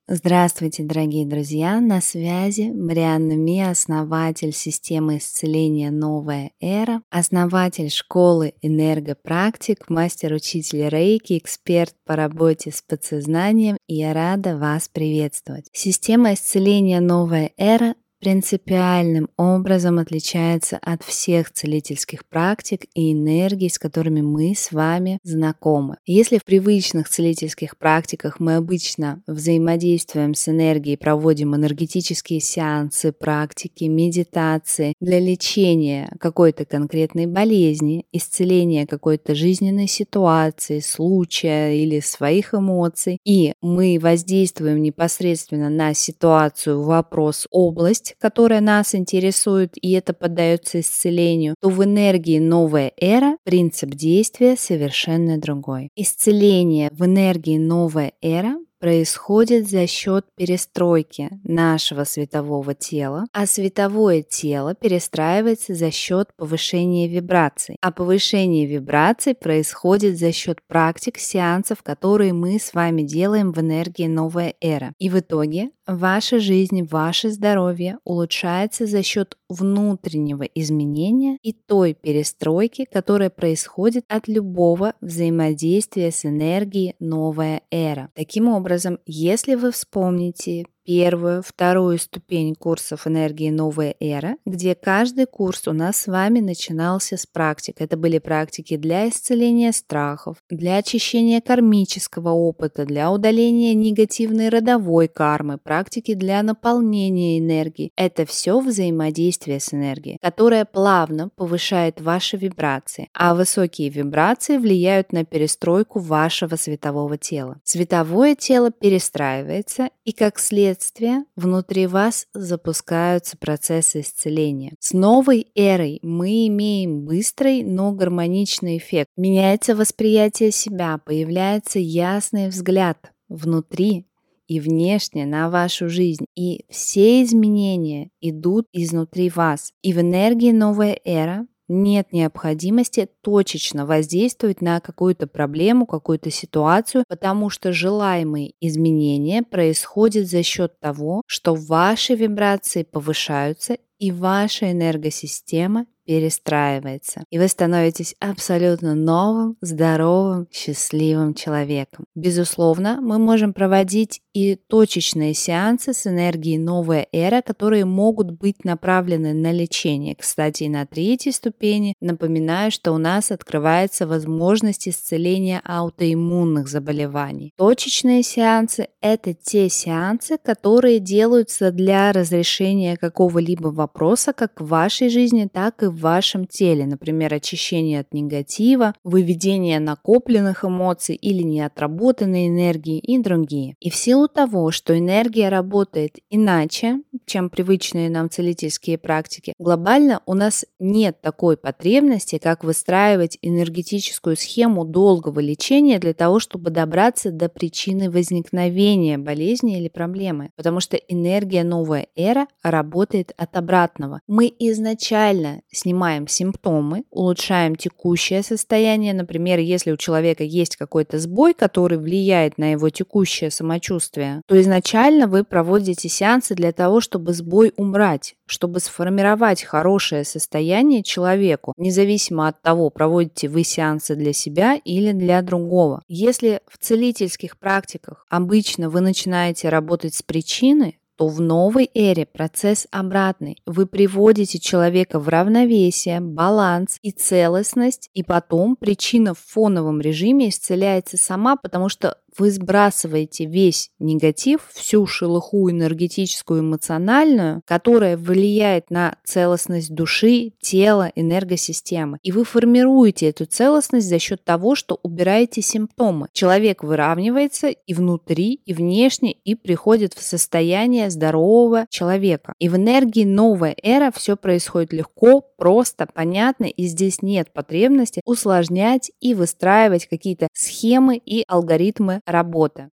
Здравствуйте, дорогие друзья! На связи Марианна Ми, основатель системы исцеления «Новая эра», основатель школы энергопрактик, мастер-учитель рейки, эксперт по работе с подсознанием, и я рада вас приветствовать. Система исцеления «Новая эра» принципиальным образом отличается от всех целительских практик и энергий, с которыми мы с вами знакомы. Если в привычных целительских практиках мы обычно взаимодействуем с энергией, проводим энергетические сеансы, практики, медитации для лечения какой-то конкретной болезни, исцеления какой-то жизненной ситуации, случая или своих эмоций, и мы воздействуем непосредственно на ситуацию, вопрос, область, которая нас интересует, и это поддается исцелению, то в энергии «Новая эра» принцип действия совершенно другой. Исцеление в энергии «Новая эра» происходит за счет перестройки нашего светового тела, а световое тело перестраивается за счет повышения вибраций. А повышение вибраций происходит за счет практик, сеансов, которые мы с вами делаем в энергии «Новая эра». И в итоге ваша жизнь, ваше здоровье улучшается за счет внутреннего изменения и той перестройки, которая происходит от любого взаимодействия с энергией «Новая эра». Таким образом, если вы вспомните первую, вторую ступень курсов энергии «Новая эра», где каждый курс у нас с вами начинался с практик. Это были практики для исцеления страхов, для очищения кармического опыта, для удаления негативной родовой кармы, практики для наполнения энергии. Это все взаимодействие с энергией, которое плавно повышает ваши вибрации, а высокие вибрации влияют на перестройку вашего светового тела. Световое тело перестраивается, и как следствие внутри вас запускаются процессы исцеления. С новой эрой мы имеем быстрый, но гармоничный эффект. Меняется восприятие себя, появляется ясный взгляд внутри и внешне на вашу жизнь. И все изменения идут изнутри вас. И в энергии «Новая эра» нет необходимости точечно воздействовать на какую-то проблему, какую-то ситуацию, потому что желаемые изменения происходят за счет того, что ваши вибрации повышаются и ваша энергосистема перестраивается, и вы становитесь абсолютно новым, здоровым, счастливым человеком. Безусловно, мы можем проводить и точечные сеансы с энергией «Новая эра», которые могут быть направлены на лечение. Кстати, и на третьей ступени напоминаю, что у нас открывается возможность исцеления аутоиммунных заболеваний. Точечные сеансы – это те сеансы, которые делаются для разрешения какого-либо вопроса как в вашей жизни, так и в вашем теле, например, очищение от негатива, выведение накопленных эмоций или неотработанной энергии и другие. И в силу того, что энергия работает иначе, чем привычные нам целительские практики, глобально у нас нет такой потребности, как выстраивать энергетическую схему долгого лечения для того, чтобы добраться до причины возникновения болезни или проблемы, потому что энергия «Новая эра» работает от обратного. Мы изначально снимаем симптомы, улучшаем текущее состояние. Например, если у человека есть какой-то сбой, который влияет на его текущее самочувствие, то изначально вы проводите сеансы для того, чтобы сбой убрать, чтобы сформировать хорошее состояние человеку, независимо от того, проводите вы сеансы для себя или для другого. Если в целительских практиках обычно вы начинаете работать с причиной, то в новой эре процесс обратный. Вы приводите человека в равновесие, баланс и целостность, и потом причина в фоновом режиме исцеляется сама, потому что вы сбрасываете весь негатив, всю шелуху энергетическую, эмоциональную, которая влияет на целостность души, тела, энергосистемы. И вы формируете эту целостность за счет того, что убираете симптомы. Человек выравнивается и внутри, и внешне, и приходит в состояние здорового человека. И в энергии «Новая эра» все происходит легко, просто, понятно, и здесь нет потребности усложнять и выстраивать какие-то схемы и алгоритмы работы.